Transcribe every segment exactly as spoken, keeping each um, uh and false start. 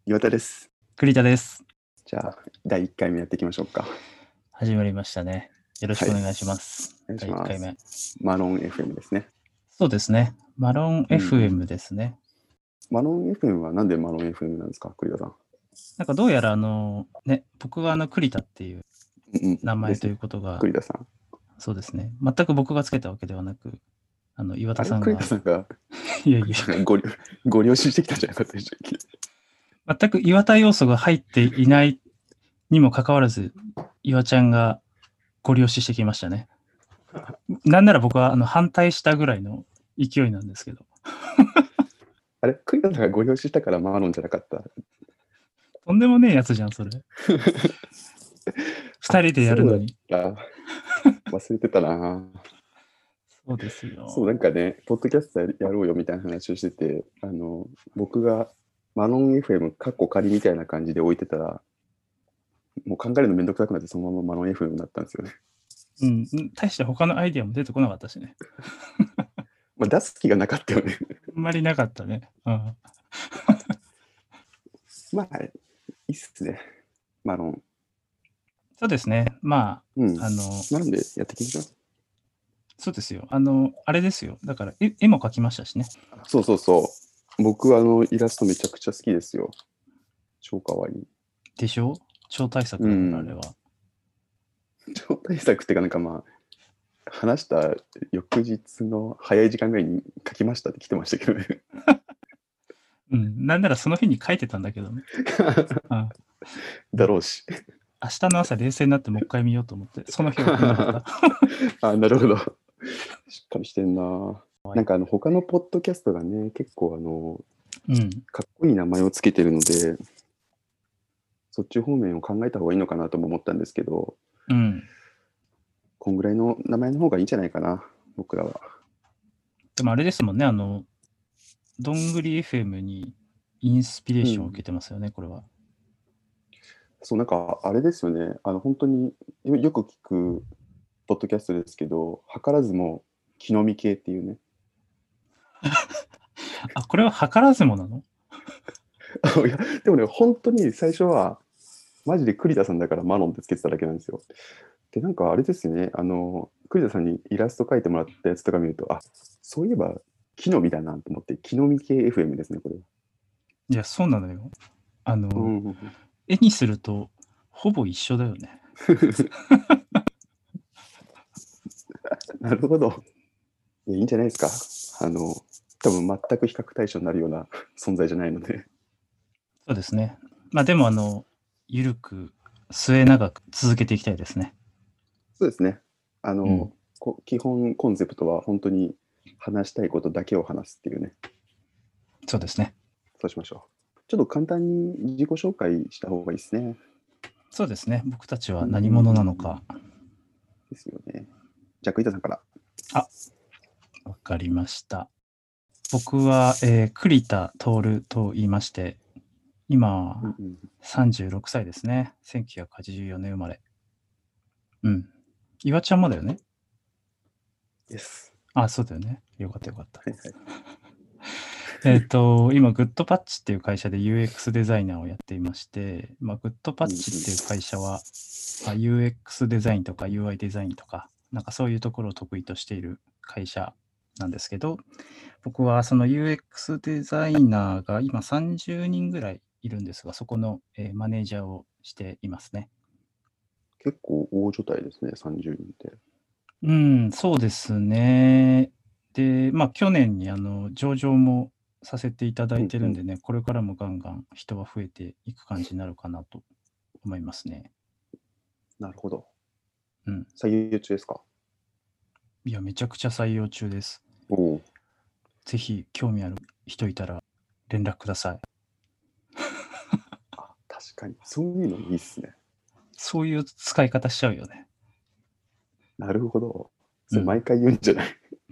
岩田です。 栗田です。 じゃあ、だいいっかいめやっていきましょうか。 始まりましたね。よろしくお願いします。 お願いしだいいっかいまめ。 す。マロン エフエム ですね。 そうですね。マロンうんうんエフエム ですね。 マロン エフエム はなんでマロン エフエム なんですか、栗田さん。 なんかどうやらあの、ね、僕があの栗田っていううんうん名前といですね。 うことが、 栗田さん。 そうですね。全く僕がつけたわけではなく、あの岩あれ、 田さんが、 栗田さんがいやいや、 ご了ご了承してきたんじゃなかったでしたっけ。 全く岩田要素が入っていないにもかかわらず、岩ちゃんがご了承してきましたね。なんなら僕はあの反対したぐらいの勢いなんですけど。 あれ、栗田さんがご了承したからマロンじゃなかった。 とんでもねえやつじゃん、それ。二人でやるのに。 そうだった。忘れてたな。 そうですよ。 そう、なんかね、ポッドキャストやろうよみたいな話をしてて、あの、僕がマロン エフエム カッコ仮みたいな感じで置いてたら、もう考えるのめんどくさくなってそのままマロン エフエム になったんですよね。 うん、大して他のアイディアも出てこなかったしね。 まあ出す気がなかったよね。 あんまりなかったね。うん、 まあ、いいっすね。マロン。 そうですね。まあ、 うん。 あの、 なのでやっていきましょう。 そうですよ。あの、あれですよ。だから絵、絵も描きましたしね。 そうそうそう。僕はあのイラストめちゃくちゃ好きですよ。超かわいい。 でしょ？超大作だから、あれは。 超大作っていうか、なんかまあ、話した翌日の早い時間ぐらいに書きましたって来てましたけどね。 うん、なんならその日に書いてたんだけどね。うん、 だろうし。 明日の朝冷静になってもう一回見ようと思って、その日は送んなかった。あ、なるほど。しっかりしてんな。なんかあの他のポッドキャストがね、結構あの、 うん、 かっこいい名前をつけてるので、そっち方面を考えた方がいいのかなとも思ったんですけど、 うん。 こんぐらいの名前の方がいいんじゃないかな、僕らは。 でもあれですもんね、あの、どんぐり エフエム にインスピレーションを受けてますよね、うん、これは。 そう、なんかあれですよね、あの本当によく聞くポッドキャストですけど、図らずも木の実系っていうね。 あ、これは図らずもなの？ いや、でもね、本当に最初は、マジで栗田さんだからマロンってつけてただけなんですよ。で、なんかあれですね、あの、栗田さんにイラスト描いてもらったやつとか見ると、あ、そういえば木の実だなと思って、木の実系 エフエム ですね、これは。 いや、そうなのよ。あの、 うんうんうん、 絵にするとほぼ一緒だよね。 なるほど。いや、いいんじゃないですか。あの、多分全く比較対象になるような存在じゃないので。 そうですね。まあでも、あの、ゆるく末永く続けていきたいですね。 そうですね。あの、 うん、 こ基本コンセプトは本当に話したいことだけを話すっていうね。 そうですね。 そうしましょう。ちょっと簡単に自己紹介した方がいいですね。 そうですね。僕たちは何者なのか。 ですよね。じゃあ、栗田さんから。 あ、わかりました。僕は、えー、栗田徹と言いまして、今、 うんうん、 さんじゅうろくさいですね。せんきゅうひゃくはちじゅうよねん生まれ。うん。岩ちゃんもだよね。 Yes。 あ、そうだよね。よかったよかった。 はいはい、 えっと、今、グッドパッチっていう会社で ユーエックス デザイナーをやっていまして、まあ、グッドパッチっていう会社は、まあ、ユーエックス デザインとか ユーアイ デザインとか、なんかそういうところを得意としている会社なんですけど、僕はその ユーエックス デザイナーが今さんじゅうにんぐらいいるんですが、そこの、えーマネージャーをしていますね。 結構大所帯ですね、さんじゅうにんって。 うん、そうですね。で、まあ、去年にあの上場もさせていただいてるんでね、 うんうん、 これからもガンガン人は増えていく感じになるかなと思いますね。 なるほど。 うん。 採用中ですか？ いや、めちゃくちゃ採用中です。 おお。 ぜひ興味ある人いたら連絡ください。 あ、確かに。そういうのもいいっすね。 そういう使い方しちゃうよね。 なるほど。それうん。 毎回言うんじゃない？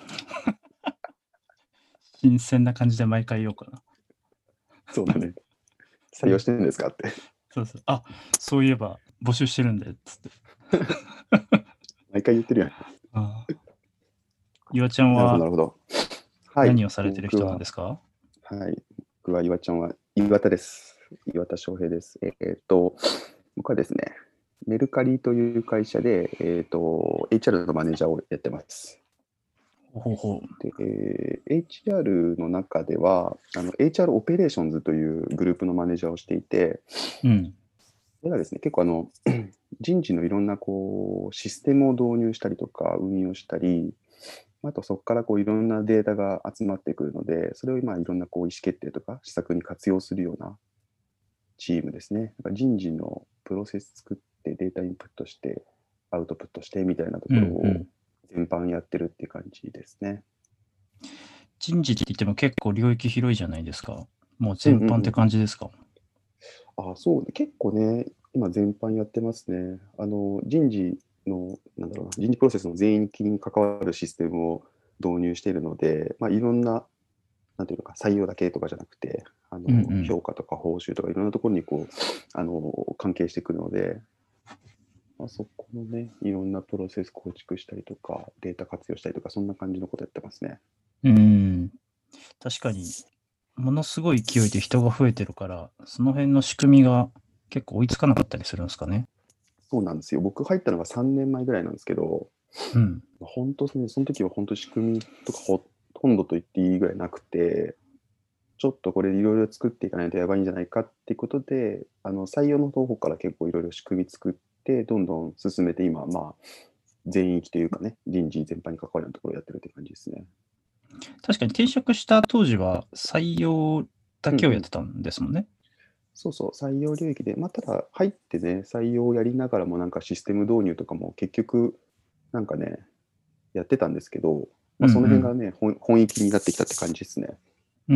新鮮な感じで毎回言おうかな。 そうだね。採用してるんですかって。 そうそう。あ、そういえば募集してるんで、つって。 毎回言ってるやん。 ああ。岩ちゃんなるほど、なはるほど。はい。 何をされてる人なんですか？ はい。僕は岩ちゃんは岩田です。 岩田翔平です。えーっと、僕はですね、メルカリという会社で、えーっと、エイチアール のマネージャーをやってます。 ほうほで、えー エイチアール の中ではあの、エイチアール オペレーションズというグループのマネージャーをしていて、 う。うん。 それがですね、結構あの人事のいろんなこうシステムを導入したりとか、運用したり、あとそこからこういろんなデータが集まってくるので、それを今いろんなこう意思決定とか施策に活用するようなチームですね。なんか人事のプロセス作ってデータインプットしてアウトプットしてみたいなとうんころをうん。 全般やってるっていう感じですね。 人事って言っても結構領域広いじゃないですか。もううん全般ってうんうん。 感じですか。 あ、そう、結構ね、今全般やってますね。あの人事の、なんだろうな、人事プロセスの全域に関わるシステムを導入しているので、まあ、いろんな、なんていうのか、採用だけとかじゃなくて、あのうんうん。 評価とか報酬とかいろんなところにこうあの関係してくるので、まあ、そこのね、いろんなプロセス構築したりとか、データ活用したりとか、そんな感じのことやってますね。 うん。確かに、ものすごい勢いで人が増えてるから、その辺の仕組みが結構追いつかなかったりするんですかね。 そうなんですよ。僕入ったのがさんねんまえぐらいなんですけど、 うん。 本当にその時は本当仕組みとかほとんどと言っていいぐらいなくて、ちょっとこれいろいろ作っていかないとやばいんじゃないかっていうことで、あの採用の方法から結構いろいろ仕組み作って、どんどん進めて、今、まあ、全域というかね、人事全般に関わるようなところをやってるって感じですね。 確かに転職した当時は採用だうんうん。 けをやってたんですもんね。 そうそう、採用領域で、まあ、ただ入ってね、採用をやりながらもなんかシステム導入とかも結局、なんかね、やってたんですけど、まあ、 うんうその辺がん。 ね、本本域になってきたって感じですね。 うん。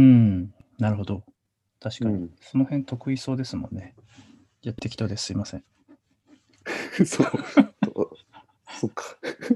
なるほど。確かに。 うん。 その辺得意そうですもんね。やってきたです。すいません。 そう。とそっか。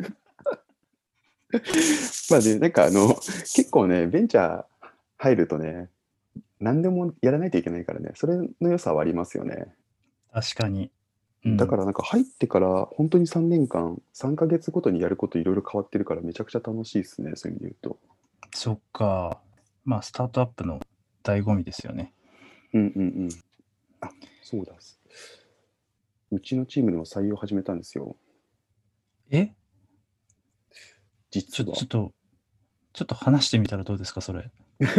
まあね、なんかあの、結構ね、ベンチャー入るとね、何でもやらないといけないからね、それの良さはありますよね。 確かに。うん。 だからなんか入ってから本当にさんねんかん、さんかげつごとにやることいろいろ変わってるからめちゃくちゃ楽しいですね、そういう意味で言うと。 そっか。まあ、スタートアップの醍醐味ですよね。 うんうんうん。あ、そうだ。うちのチームでも採用始めたんですよ。 えちょ、 実は。 ちょっと、ちょっと話してみたらどうですか、それ。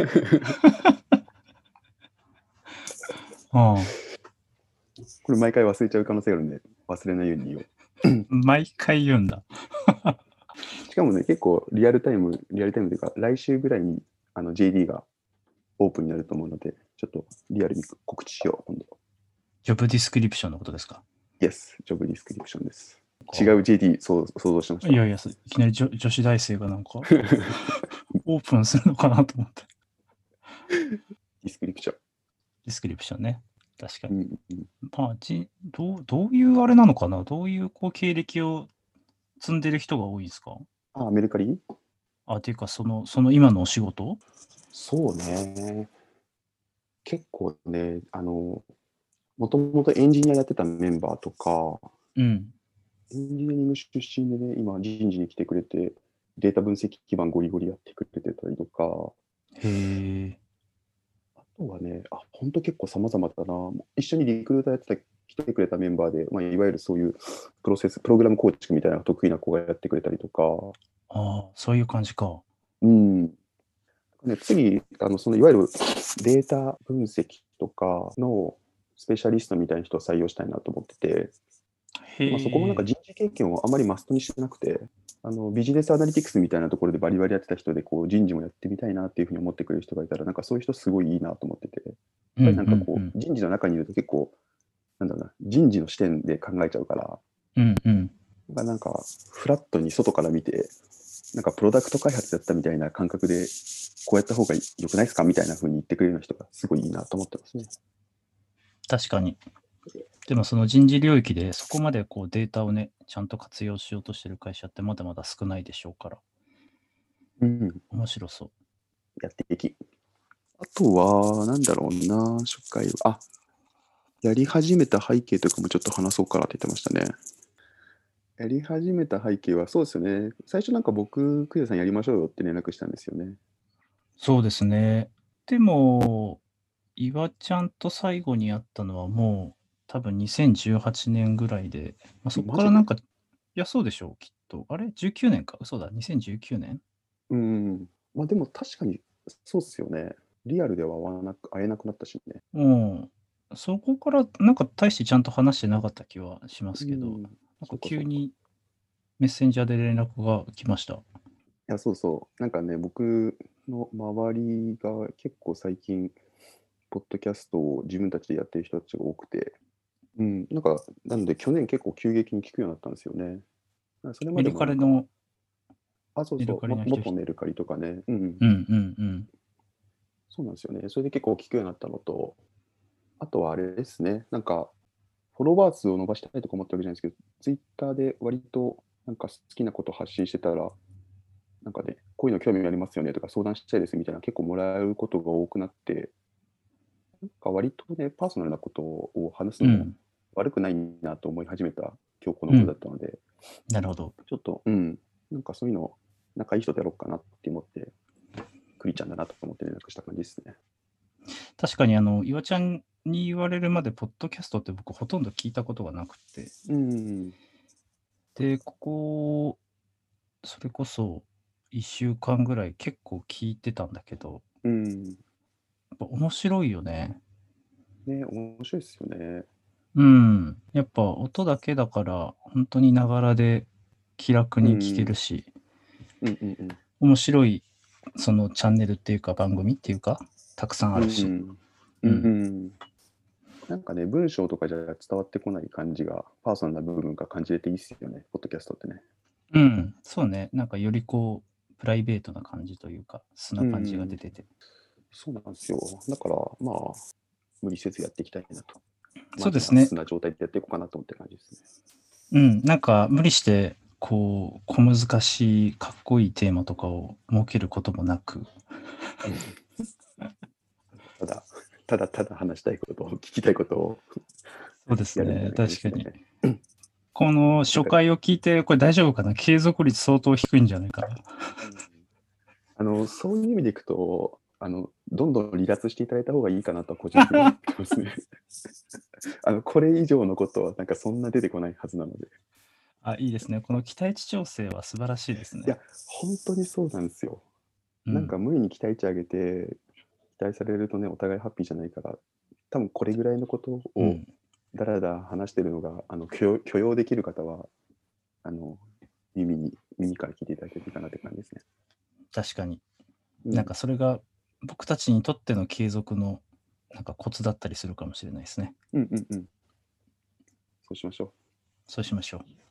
ああ。 これ毎回忘れちゃう可能性があるんで、忘れないように言おう。 毎回言うんだ。 しかもね、結構リアルタイム、リアルタイムというか、来週ぐらいにあの ジェーディー がオープンになると思うので、ちょっとリアルに告知しよう、今度。 ジョブディスクリプションのことですか。 Yes、ジョブディスクリプションです。違かう ジェーディー そう想像してました。 いやいや、いきなり女女子大生がなんかオープンするのかなと思って。 ディスクリプション。 ディスクリプションね。確かに。 うんうん、 まあ、じどうどういうあれなのかな、どういうこう経歴を積んでる人が多いですか。 あ、メルカリあ、ていうか、その、その今のお仕事。 そうね。結構ね、あの、もともとエンジニアやってたメンバーとか、 うん。 エンジニアリング出身でね、今人事に来てくれて、データ分析基盤ゴリゴリやってくれてたりとか、 へえ。 あとはね、あ、本当結構様々だな。一緒にリクルーターやってた、来てくれたメンバーで、まあ、いわゆるそういうプロセス、プログラム構築みたいなのが得意な子がやってくれたりとか、 ああ、そういう感じか。 うん。ね、次、あのそのいわゆるデータ分析とかのスペシャリストみたいな人を採用したいなと思ってて、まあ、そこもなんへえ。 か人事経験をあまりマストにしてなくて、あのビジネスアナリティクスみたいなところでバリバリやってた人でこう人事もやってみたいなっていうふうに思ってくれる人がいたら、なんかそういう人すごいいいなと思ってて、やっうんうぱりなんかんうん。 こう人事の中にいると結構、なんだろうな、人事の視点で考えちゃうから、 うんうん。 まあなんかフラットに外から見て、なんかプロダクト開発やったみたいな感覚で、こうやった方が良くないですかみたいな風に言ってくれるような人がすごいいいなと思ってますね。 確かに。でもその人事領域でそこまでこうデータをね、ちゃんと活用しようとしてる会社ってまだまだ少ないでしょうから、 うん、 面白そう。 やっていき。あとは、なんだろうな、初回は。あ、やり始めた背景とかもちょっと話そうかなって言ってましたね。やり始めた背景は、そうですよね。最初なんか僕、クイズさんやりましょうよって連絡したんですよね。 そうですね。でも、 岩ちゃんと最後に会ったのはもう多分にせんじゅうはちねんぐらいで、まあ、そこマジで。 からなんか、いや、そうでしょう、きっと。あれ ?じゅうきゅう 年か。嘘だ、にせんじゅうきゅうねん。 うん。まあでも確かにそうっすよね。リアルでは会わなく会えなくなったしね。 うん。そこからなんか大してちゃんと話してなかった気はしますけど、 うん。 なんかそうかそうか。 急にメッセンジャーで連絡が来ました。 いや、そうそう。なんかね、僕の周りが結構最近、ポッドキャストを自分たちでやってる人たちが多くて、うん、なんか、なので去年結構急激に聞くようになったんですよね。なんかそれまメルでもなんか、 カリの、 あ、そうメルそう、もカリの人。 元メルカリとかね、うん、うん、 うんうんうん。 そうなんですよね。それで結構聞くようになったのと、あとはあれですね、なんか、フォロワー数を伸ばしたいとか思ったわけじゃないですけど、ツイッターで割となんか好きなことを発信してたら、なんかね、こういうの興味ありますよねとか相談したいですみたいな結構もらうことが多くなって、なんか割とね、パーソナルなことを話すのもうん。 悪くないなと思い始めた今日この頃だうん。 ったので、 なるほど。 ちょっと、うん、なんかそういうの、仲いい人とやろうかなって思って、クリちゃんだなと思って連絡した感じですね。 確かにあの、岩ちゃんに言われるまで、ポッドキャストって僕ほとんど聞いたことがなくて、 うん、 で、ここ、それこそいっしゅうかんぐらい結構聞いてたんだけど、 うん、 やっぱ面白いよね。 ね、面白いですよね。 うん。やっぱ音だけだから、本当にながらで気楽に聞けうん、 るし、 うん、うん、 面白いそのチャンネルっていうか番組っていうか、たくさんあうるし。 ん、ううん。 ん。なんかね、文章とかじゃ伝わってこない感じが、パーソナルな部分が感じれていいっすよね、ポッドキャストってね。 うん、そうね。なんかよりこう、プライベートな感じというか、素うな感じが出ん、 てて。 そうなんですよ。だから、まあ、無理せずやっていきたいなと。マジそうですね。 な素な状態でやっていこうかなと思ってる感じですうん、なんか無理して、こう、小難しい、かっこいいテーマとかを設けることもなく、 ね。ただ、ただただ話したいことを、聞きたいことをそうですね、 やるみたいな感じですね。 確かに。このなんか、 初回を聞いて、これ大丈夫かな、継続率相当低いんじゃないかな。 うんあの、そういう意味でいくと、あの、どんどん離脱していただいた方がいいかなと個人的に思ってますね。あの、これ以上のことはなんかそんな出てこないはずなので。 あ、いいですね。この期待値調整は素晴らしいですね。 いや、本当にそうなんですよ。 うん。 なんか無理に期待値上げて、期待されるとね、お互いハッピーじゃないから、多分これぐらいのことをうん。 だらだら話してるのが、あの許容許容できる方は、あの耳に耳から聞いていただけるといいかなって感じですね。 確かに。なんうん、 かそれが僕たちにとっての継続のなんかコツだったりするかもしれないですね。 うん、うん、うん。そうしましょう。 そうしましょう。